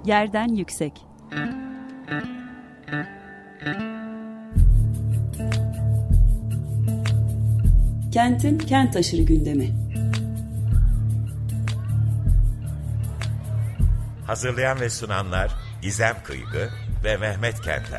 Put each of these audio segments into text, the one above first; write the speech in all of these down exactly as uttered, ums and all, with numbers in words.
Yerden yüksek. Kentin kent aşırı gündemi. Hazırlayan ve sunanlar Gizem Kıygı ve Mehmet Kentel.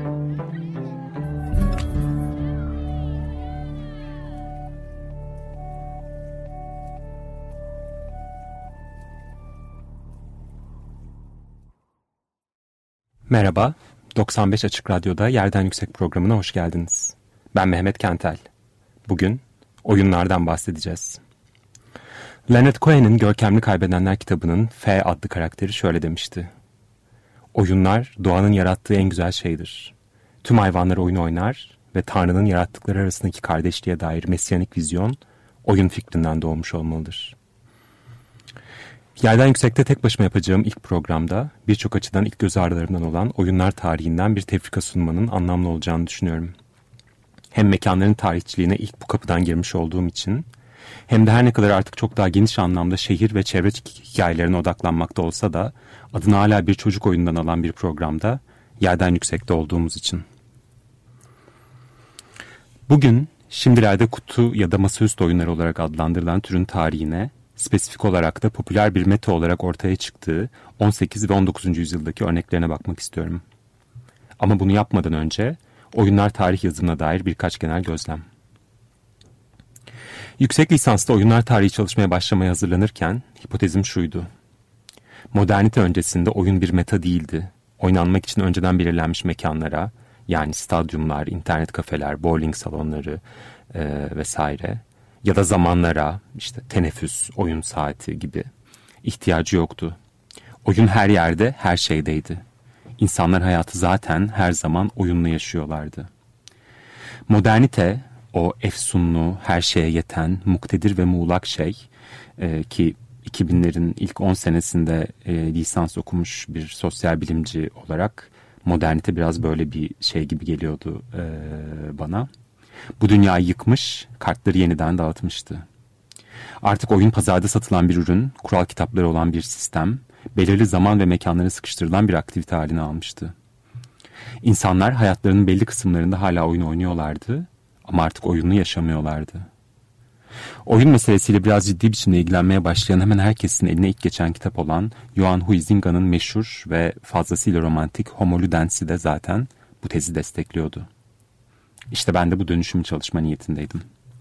Merhaba, doksan beş Açık Radyo'da Yerden Yüksek programına hoş geldiniz. Ben Mehmet Kentel. Bugün oyunlardan bahsedeceğiz. Leonard Cohen'in Görkemli Kaybedenler kitabının F adlı karakteri şöyle demişti. Oyunlar doğanın yarattığı en güzel şeydir. Tüm hayvanlar oyun oynar ve Tanrı'nın yarattıkları arasındaki kardeşliğe dair mesiyanik vizyon oyun fikrinden doğmuş olmalıdır. Yerden Yüksek'te tek başıma yapacağım ilk programda birçok açıdan ilk göz ağrılarından olan oyunlar tarihinden bir tefrika sunmanın anlamlı olacağını düşünüyorum. Hem mekanların tarihçiliğine ilk bu kapıdan girmiş olduğum için hem de her ne kadar artık çok daha geniş anlamda şehir ve çevre hikayelerine odaklanmakta olsa da adını hala bir çocuk oyunundan alan bir programda Yerden Yüksek'te olduğumuz için. Bugün şimdilerde kutu ya da masaüstü oyunları olarak adlandırılan türün tarihine, spesifik olarak da popüler bir meta olarak ortaya çıktığı on sekiz ve on dokuzuncu yüzyıldaki örneklerine bakmak istiyorum. Ama bunu yapmadan önce oyunlar tarih yazımına dair birkaç genel gözlem. Yüksek lisanslı oyunlar tarihi çalışmaya başlamaya hazırlanırken hipotezim şuydu. Modernite öncesinde oyun bir meta değildi. Oynanmak için önceden belirlenmiş mekanlara, yani stadyumlar, internet kafeler, bowling salonları e, vesaire ya da zamanlara, işte teneffüs, oyun saati gibi ihtiyacı yoktu. Oyun her yerde, her şeydeydi. İnsanlar hayatı zaten her zaman oyunla yaşıyorlardı. Modernite, o efsunlu, her şeye yeten, muktedir ve muğlak şey e, ki iki binlerin ilk on senesinde e, lisans okumuş bir sosyal bilimci olarak modernite biraz böyle bir şey gibi geliyordu e, bana. Bu dünyayı yıkmış, kartları yeniden dağıtmıştı. Artık oyun pazarda satılan bir ürün, kural kitapları olan bir sistem, belirli zaman ve mekanlara sıkıştırılan bir aktivite haline almıştı. İnsanlar hayatlarının belli kısımlarında hala oyun oynuyorlardı ama artık oyunu yaşamıyorlardı. Oyun meselesiyle biraz ciddi biçimde ilgilenmeye başlayan hemen herkesin eline ilk geçen kitap olan Johan Huizinga'nın meşhur ve fazlasıyla romantik Homo Ludens'i de zaten bu tezi destekliyordu. İşte ben de bu dönüşümü çalışma niyetindeydim.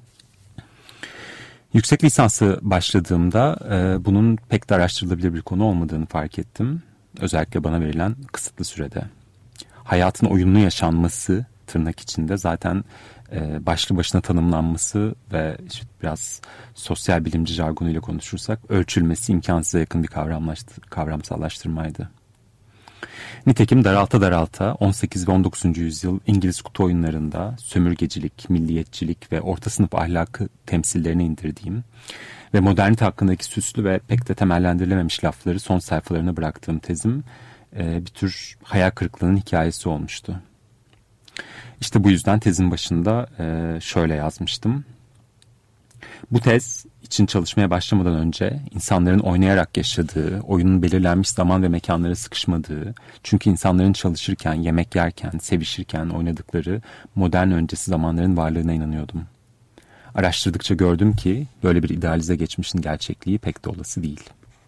Yüksek lisansı başladığımda e, bunun pek de araştırılabilir bir konu olmadığını fark ettim. Özellikle bana verilen kısıtlı sürede. Hayatın oyunlu yaşanması tırnak içinde zaten e, başlı başına tanımlanması ve işte biraz sosyal bilimci jargonuyla konuşursak ölçülmesi imkansıza yakın bir kavramsallaştırmaydı. Nitekim daralta daralta on sekiz ve on dokuzuncu yüzyıl İngiliz kutu oyunlarında sömürgecilik, milliyetçilik ve orta sınıf ahlakı temsillerine indirdiğim ve modernite hakkındaki süslü ve pek de temellendirilememiş lafları son sayfalarına bıraktığım tezim bir tür hayal kırıklığının hikayesi olmuştu. İşte bu yüzden tezin başında şöyle yazmıştım. Bu tez için çalışmaya başlamadan önce insanların oynayarak yaşadığı, oyunun belirlenmiş zaman ve mekanlara sıkışmadığı, çünkü insanların çalışırken, yemek yerken, sevişirken oynadıkları modern öncesi zamanların varlığına inanıyordum. Araştırdıkça gördüm ki böyle bir idealize geçmişin gerçekliği pek de olası değil.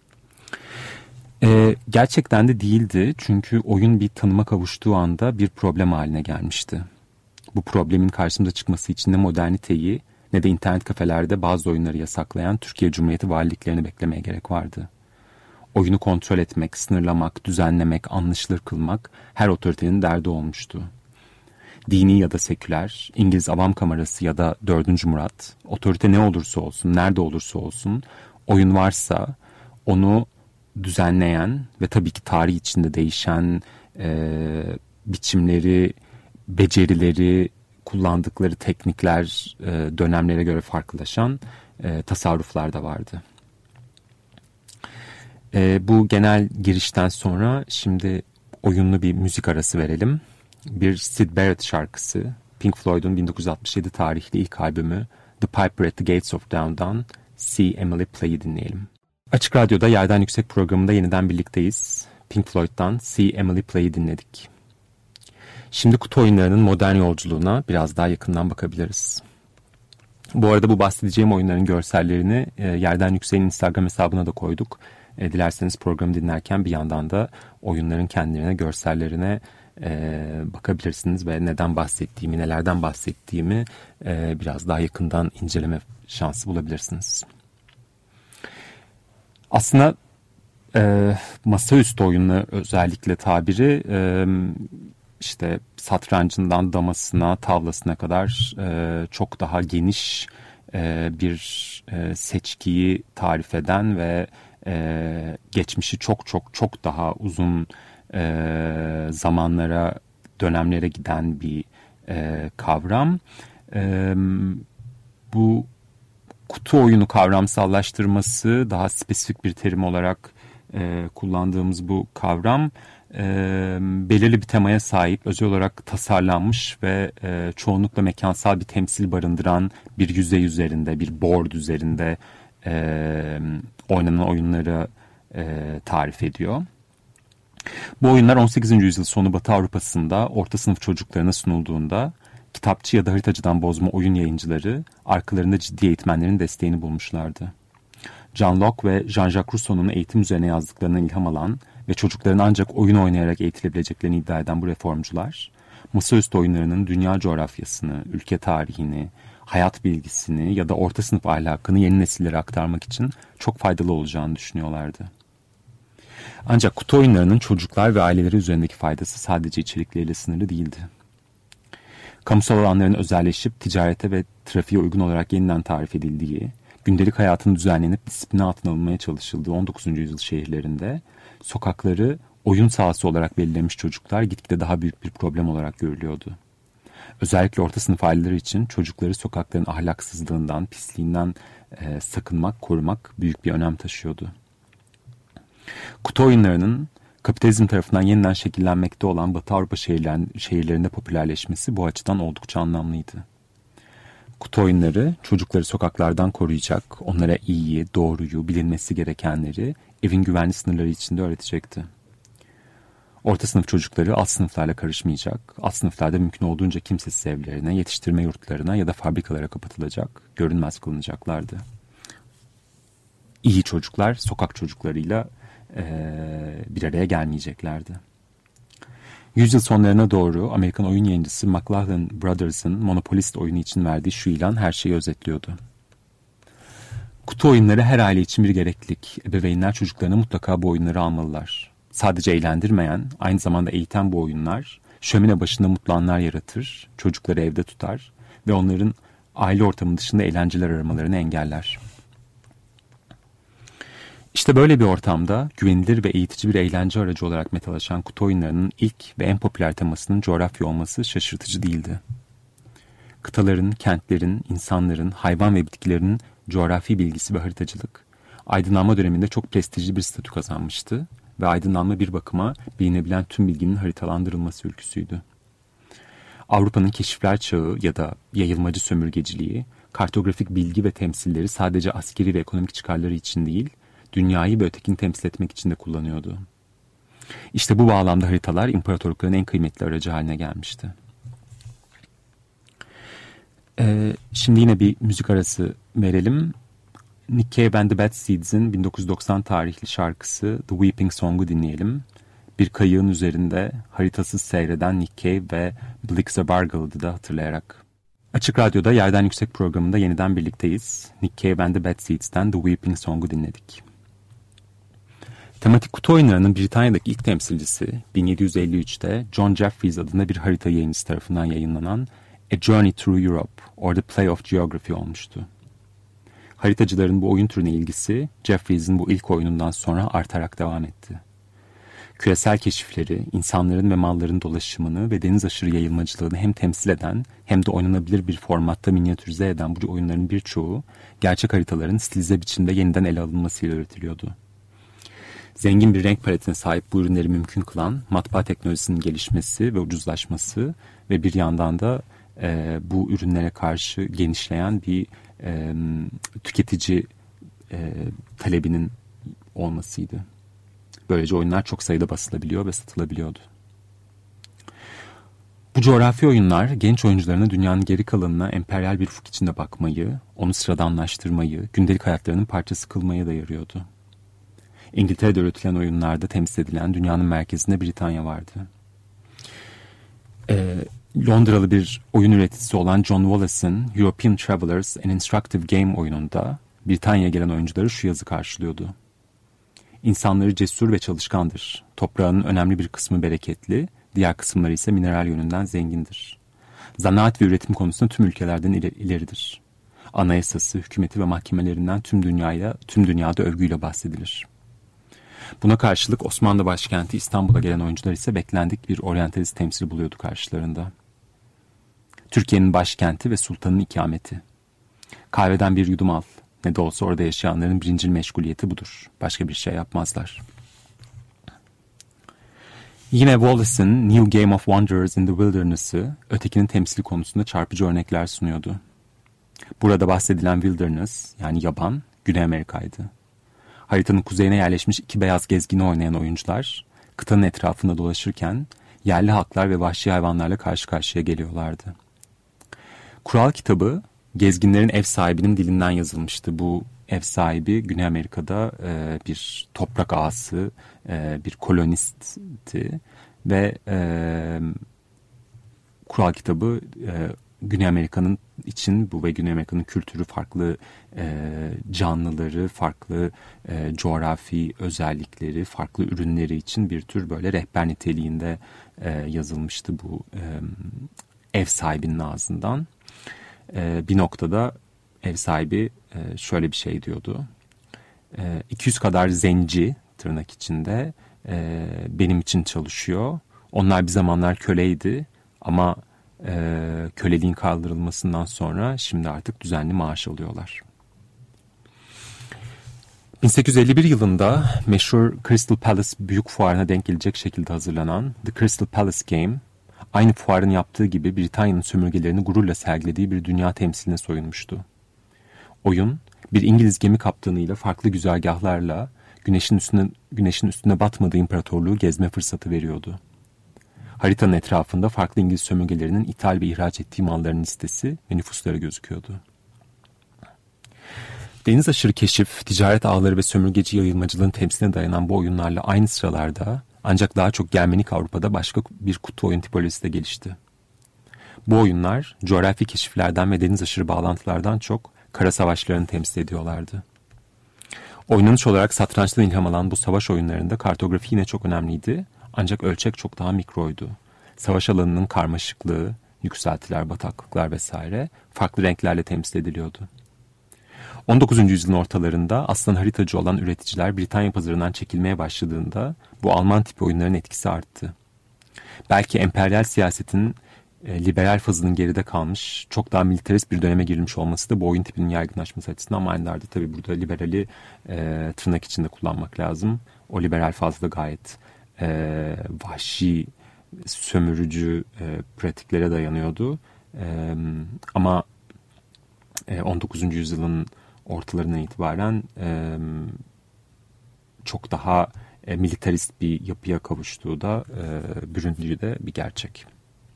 Ee, gerçekten de değildi, çünkü oyun bir tanıma kavuştuğu anda bir problem haline gelmişti. Bu problemin karşımıza çıkması için ne moderniteyi ne de internet kafelerde bazı oyunları yasaklayan Türkiye Cumhuriyeti valiliklerini beklemeye gerek vardı. Oyunu kontrol etmek, sınırlamak, düzenlemek, anlaşılır kılmak her otoritenin derdi olmuştu. Dini ya da seküler, İngiliz Avam Kamerası ya da dördüncü Murat, otorite ne olursa olsun, nerede olursa olsun, oyun varsa onu düzenleyen ve tabii ki tarih içinde değişen e, biçimleri, becerileri, kullandıkları teknikler e, dönemlere göre farklılaşan e, tasarruflar da vardı. E, bu genel girişten sonra şimdi oyunlu bir müzik arası verelim. Bir Syd Barrett şarkısı, Pink Floyd'un bin dokuz yüz altmış yedi tarihli ilk albümü The Piper at the Gates of Dawn'dan See Emily Play'i dinleyelim. Açık Radyo'da Yerden Yüksek programında yeniden birlikteyiz. Pink Floyd'dan See Emily Play'i dinledik. Şimdi kutu oyunlarının modern yolculuğuna biraz daha yakından bakabiliriz. Bu arada bu bahsedeceğim oyunların görsellerini e, Yerden Yüksek'in Instagram hesabına da koyduk. E, dilerseniz programı dinlerken bir yandan da oyunların kendilerine, görsellerine e, bakabilirsiniz ve neden bahsettiğimi, nelerden bahsettiğimi e, biraz daha yakından inceleme şansı bulabilirsiniz. Aslında e, masaüstü oyunu özellikle tabiri e, işte satrancından damasına, tavlasına kadar e, çok daha geniş e, bir e, seçkiyi tarif eden ve e, geçmişi çok çok çok daha uzun e, zamanlara, dönemlere giden bir e, kavram. E, bu kutu oyunu kavramsallaştırması, daha spesifik bir terim olarak e, kullandığımız bu kavram e, belirli bir temaya sahip, özel olarak tasarlanmış ve e, çoğunlukla mekansal bir temsil barındıran bir yüzey üzerinde, bir board üzerinde e, oynanan oyunları e, tarif ediyor. Bu oyunlar on sekizinci yüzyıl sonu Batı Avrupa'sında orta sınıf çocuklarına sunulduğunda kitapçı ya da haritacıdan bozma oyun yayıncıları arkalarında ciddi eğitmenlerin desteğini bulmuşlardı. John Locke ve Jean-Jacques Rousseau'nun eğitim üzerine yazdıklarından ilham alan ve çocukların ancak oyun oynayarak eğitilebileceklerini iddia eden bu reformcular, masaüstü oyunlarının dünya coğrafyasını, ülke tarihini, hayat bilgisini ya da orta sınıf ahlakını yeni nesillere aktarmak için çok faydalı olacağını düşünüyorlardı. Ancak kutu oyunlarının çocuklar ve aileleri üzerindeki faydası sadece içerikleriyle sınırlı değildi. Kamusal alanların özelleşip ticarete ve trafiğe uygun olarak yeniden tarif edildiği, gündelik hayatın düzenlenip disipline altına alınmaya çalışıldığı on dokuzuncu yüzyıl şehirlerinde sokakları oyun sahası olarak belirlemiş çocuklar gitgide daha büyük bir problem olarak görülüyordu. Özellikle orta sınıf aileler için çocukları sokakların ahlaksızlığından, pisliğinden e, sakınmak, korumak büyük bir önem taşıyordu. Kutu oyunlarının kapitalizm tarafından yeniden şekillenmekte olan Batı Avrupa şehirlerinde popülerleşmesi bu açıdan oldukça anlamlıydı. Kutu oyunları çocukları sokaklardan koruyacak, onlara iyiyi, doğruyu, bilinmesi gerekenleri evin güvenli sınırları içinde öğretecekti. Orta sınıf çocukları alt sınıflarla karışmayacak, alt sınıflarda mümkün olduğunca kimsesiz evlerine, yetiştirme yurtlarına ya da fabrikalara kapatılacak, görünmez kılınacaklardı. İyi çocuklar sokak çocuklarıyla Ee, bir araya gelmeyeceklerdi. Yüzyıl sonlarına doğru Amerikan oyun yayıncısı McLaughlin Brothers'ın Monopolist oyunu için verdiği şu ilan her şeyi özetliyordu. Kutu oyunları her aile için bir gereklilik. Ebeveynler çocuklarına mutlaka bu oyunları almalılar. Sadece eğlendirmeyen, aynı zamanda eğiten bu oyunlar, şömine başında mutlu anlar yaratır, çocukları evde tutar ve onların aile ortamı dışında eğlenceler aramalarını engeller. İşte böyle bir ortamda güvenilir ve eğitici bir eğlence aracı olarak metalaşan kutu oyunlarının ilk ve en popüler temasının coğrafya olması şaşırtıcı değildi. Kıtaların, kentlerin, insanların, hayvan ve bitkilerin coğrafi bilgisi ve haritacılık, aydınlanma döneminde çok prestijli bir statü kazanmıştı ve aydınlanma bir bakıma bilinebilen tüm bilginin haritalandırılması ülküsüydü. Avrupa'nın keşifler çağı ya da yayılmacı sömürgeciliği, kartografik bilgi ve temsilleri sadece askeri ve ekonomik çıkarları için değil, dünyayı ve ötekini temsil etmek için de kullanıyordu. İşte bu bağlamda haritalar imparatorlukların en kıymetli aracı haline gelmişti. Ee, şimdi yine bir müzik arası verelim. Nick Cave and the Bad Seeds'in bin dokuz yüz doksan tarihli şarkısı The Weeping Song'u dinleyelim. Bir kayığın üzerinde haritasız seyreden Nick Cave ve Blix Bargle'dı da hatırlayarak. Açık Radyo'da Yerden Yüksek programında yeniden birlikteyiz. Nick Cave and the Bad Seeds'ten The Weeping Song'u dinledik. Tematik kutu oyunlarının Britanya'daki ilk temsilcisi bin yedi yüz elli üçte John Jeffries adında bir harita yayıncısı tarafından yayınlanan A Journey Through Europe or The Play of Geography olmuştu. Haritacıların bu oyun türüne ilgisi Jeffries'in bu ilk oyunundan sonra artarak devam etti. Küresel keşifleri, insanların ve malların dolaşımını ve deniz aşırı yayılmacılığını hem temsil eden hem de oynanabilir bir formatta minyatürize eden bu oyunların birçoğu gerçek haritaların stilize biçimde yeniden ele alınmasıyla üretiliyordu. Zengin bir renk paletine sahip bu ürünleri mümkün kılan matbaa teknolojisinin gelişmesi ve ucuzlaşması ve bir yandan da e, bu ürünlere karşı genişleyen bir e, tüketici e, talebinin olmasıydı. Böylece oyunlar çok sayıda basılabiliyor ve satılabiliyordu. Bu coğrafi oyunlar genç oyuncularına dünyanın geri kalanına emperyal bir ufuk içinde bakmayı, onu sıradanlaştırmayı, gündelik hayatlarının parçası kılmaya da yarıyordu. İngiltere'de üretilen oyunlarda temsil edilen dünyanın merkezinde Britanya vardı. Ee, Londralı bir oyun üreticisi olan John Wallace'ın European Travelers An Instructive Game oyununda Britanya'ya gelen oyuncuları şu yazı karşılıyordu. İnsanları cesur ve çalışkandır. Toprağının önemli bir kısmı bereketli, diğer kısımları ise mineral yönünden zengindir. Zanaat ve üretim konusunda tüm ülkelerden ileridir. Anayasası, hükümeti ve mahkemelerinden tüm dünyaya, tüm dünyada övgüyle bahsedilir. Buna karşılık Osmanlı başkenti İstanbul'a gelen oyuncular ise beklendik bir oryantalist temsil buluyordu karşılarında. Türkiye'nin başkenti ve sultanın ikameti. Kahveden bir yudum al. Ne de olsa orada yaşayanların birincil meşguliyeti budur. Başka bir şey yapmazlar. Yine Wallace'ın New Game of Wanderers in the Wilderness'ı ötekinin temsili konusunda çarpıcı örnekler sunuyordu. Burada bahsedilen wilderness, yani yaban, Güney Amerika'ydı. Haritanın kuzeyine yerleşmiş iki beyaz gezgini oynayan oyuncular, kıtanın etrafında dolaşırken yerli halklar ve vahşi hayvanlarla karşı karşıya geliyorlardı. Kural kitabı, gezginlerin ev sahibinin dilinden yazılmıştı. Bu ev sahibi Güney Amerika'da e, bir toprak ağası, e, bir kolonistti ve e, kural kitabı e, Güney Amerika'nın için bu ve Güney Amerika'nın kültürü, farklı e, canlıları, farklı e, coğrafi özellikleri, farklı ürünleri için bir tür böyle rehber niteliğinde e, yazılmıştı bu e, ev sahibinin ağzından. E, bir noktada ev sahibi e, şöyle bir şey diyordu. E, iki yüz kadar zenci tırnak içinde e, benim için çalışıyor. Onlar bir zamanlar köleydi ama e, köleliğin kaldırılmasından sonra şimdi artık düzenli maaş alıyorlar. bin sekiz yüz elli bir yılında meşhur Crystal Palace Büyük Fuarı'na denk gelecek şekilde hazırlanan The Crystal Palace Game, aynı fuarın yaptığı gibi Britanya'nın sömürgelerini gururla sergilediği bir dünya temsiline soyunmuştu. Oyun, bir İngiliz gemi kaptanıyla farklı güzergahlarla güneşin üstüne, güneşin üstüne batmadığı imparatorluğu gezme fırsatı veriyordu. Haritanın etrafında farklı İngiliz sömürgelerinin ithal ve ihraç ettiği malların listesi ve nüfusları gözüküyordu. Deniz aşırı keşif, ticaret ağları ve sömürgeci yayılmacılığın temsiline dayanan bu oyunlarla aynı sıralarda ancak daha çok Germenik Avrupa'da başka bir kutu oyun tipolojisi de gelişti. Bu oyunlar coğrafi keşiflerden ve deniz aşırı bağlantılardan çok kara savaşlarını temsil ediyorlardı. Oynanış olarak satrançtan ilham alan bu savaş oyunlarında kartografi yine çok önemliydi, ancak ölçek çok daha mikroydu. Savaş alanının karmaşıklığı, yükseltiler, bataklıklar vesaire farklı renklerle temsil ediliyordu. on dokuzuncu yüzyılın ortalarında aslan haritacı olan üreticiler Britanya pazarından çekilmeye başladığında bu Alman tipi oyunların etkisi arttı. Belki emperyal siyasetin e, liberal fazının geride kalmış, çok daha militarist bir döneme girilmiş olması da bu oyun tipinin yaygınlaşması açısından, ama aynı yerde tabii burada liberali e, tırnak içinde kullanmak lazım. O liberal fazla da gayet e, vahşi, sömürücü e, pratiklere dayanıyordu. E, ama e, on dokuzuncu yüzyılın ortalarından itibaren e, çok daha e, militarist bir yapıya kavuştuğu da e, büründüğü de bir gerçek.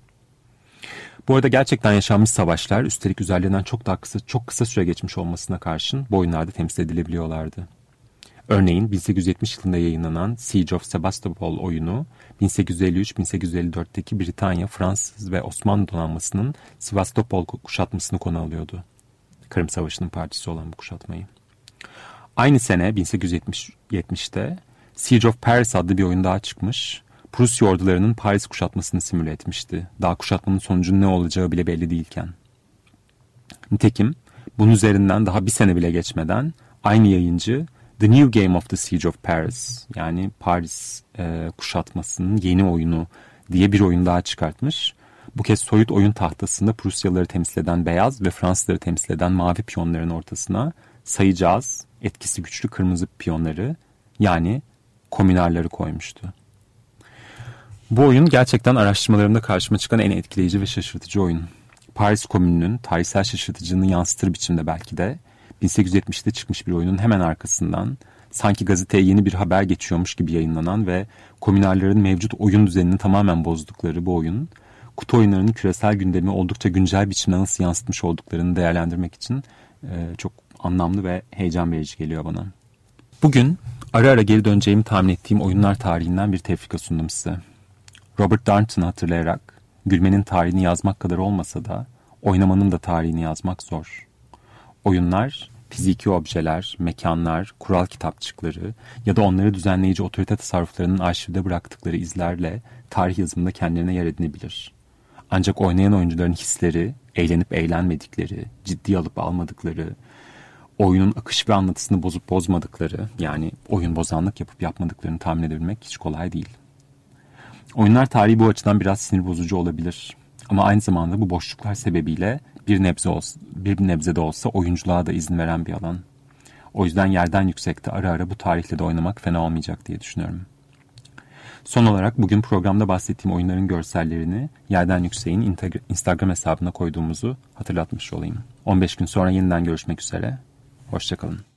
Bu arada gerçekten yaşanmış savaşlar, üstelik üzerlerinden çok daha kısa, çok kısa süre geçmiş olmasına karşın bu oyunlarda temsil edilebiliyorlardı. Örneğin bin sekiz yüz yetmiş yılında yayınlanan Siege of Sebastopol oyunu bin sekiz yüz elli üç bin sekiz yüz elli dörtteki Britanya, Fransız ve Osmanlı donanmasının Sivastopol kuşatmasını konu alıyordu. Kırım Savaşı'nın parçası olan bu kuşatmayı. Aynı sene bin sekiz yüz yetmişte Siege of Paris adlı bir oyun daha çıkmış. Prusya ordularının Paris kuşatmasını simüle etmişti. Daha kuşatmanın sonucunun ne olacağı bile belli değilken. Nitekim bunun üzerinden daha bir sene bile geçmeden aynı yayıncı The New Game of the Siege of Paris, yani Paris e, kuşatmasının yeni oyunu diye bir oyun daha çıkartmış. Bu kez soyut oyun tahtasında Prusyalıları temsil eden beyaz ve Fransızları temsil eden mavi piyonların ortasına sayıcı az, etkisi güçlü kırmızı piyonları, yani komünarları koymuştu. Bu oyun gerçekten araştırmalarımda karşıma çıkan en etkileyici ve şaşırtıcı oyun. Paris Komünü'nün tarihsel şaşırtıcılığını yansıtır biçimde belki de bin sekiz yüz yetmişte çıkmış bir oyunun hemen arkasından sanki gazeteye yeni bir haber geçiyormuş gibi yayınlanan ve komünarların mevcut oyun düzenini tamamen bozdukları bu oyun, kutu oyunlarının küresel gündemi oldukça güncel biçimde nasıl yansıtmış olduklarını değerlendirmek için e, çok anlamlı ve heyecan verici geliyor bana. Bugün ara ara geri döneceğimi tahmin ettiğim oyunlar tarihinden bir tefrika sundum size. Robert Darnton'u hatırlayarak, gülmenin tarihini yazmak kadar olmasa da oynamanın da tarihini yazmak zor. Oyunlar, fiziki objeler, mekanlar, kural kitapçıkları ya da onları düzenleyici otorite tasarruflarının arşivde bıraktıkları izlerle tarih yazımında kendilerine yer edinebilir. Ancak oynayan oyuncuların hisleri, eğlenip eğlenmedikleri, ciddiye alıp almadıkları, oyunun akış ve anlatısını bozup bozmadıkları, yani oyun bozanlık yapıp yapmadıklarını tahmin edebilmek hiç kolay değil. Oyunlar tarihi bu açıdan biraz sinir bozucu olabilir. Ama aynı zamanda bu boşluklar sebebiyle bir nebze olsa, bir nebze de olsa oyunculuğa da izin veren bir alan. O yüzden yerden yüksekte ara ara bu tarihle de oynamak fena olmayacak diye düşünüyorum. Son olarak bugün programda bahsettiğim oyunların görsellerini Yerden Yüksek'in Instagram hesabına koyduğumuzu hatırlatmış olayım. on beş gün sonra yeniden görüşmek üzere. Hoşça kalın.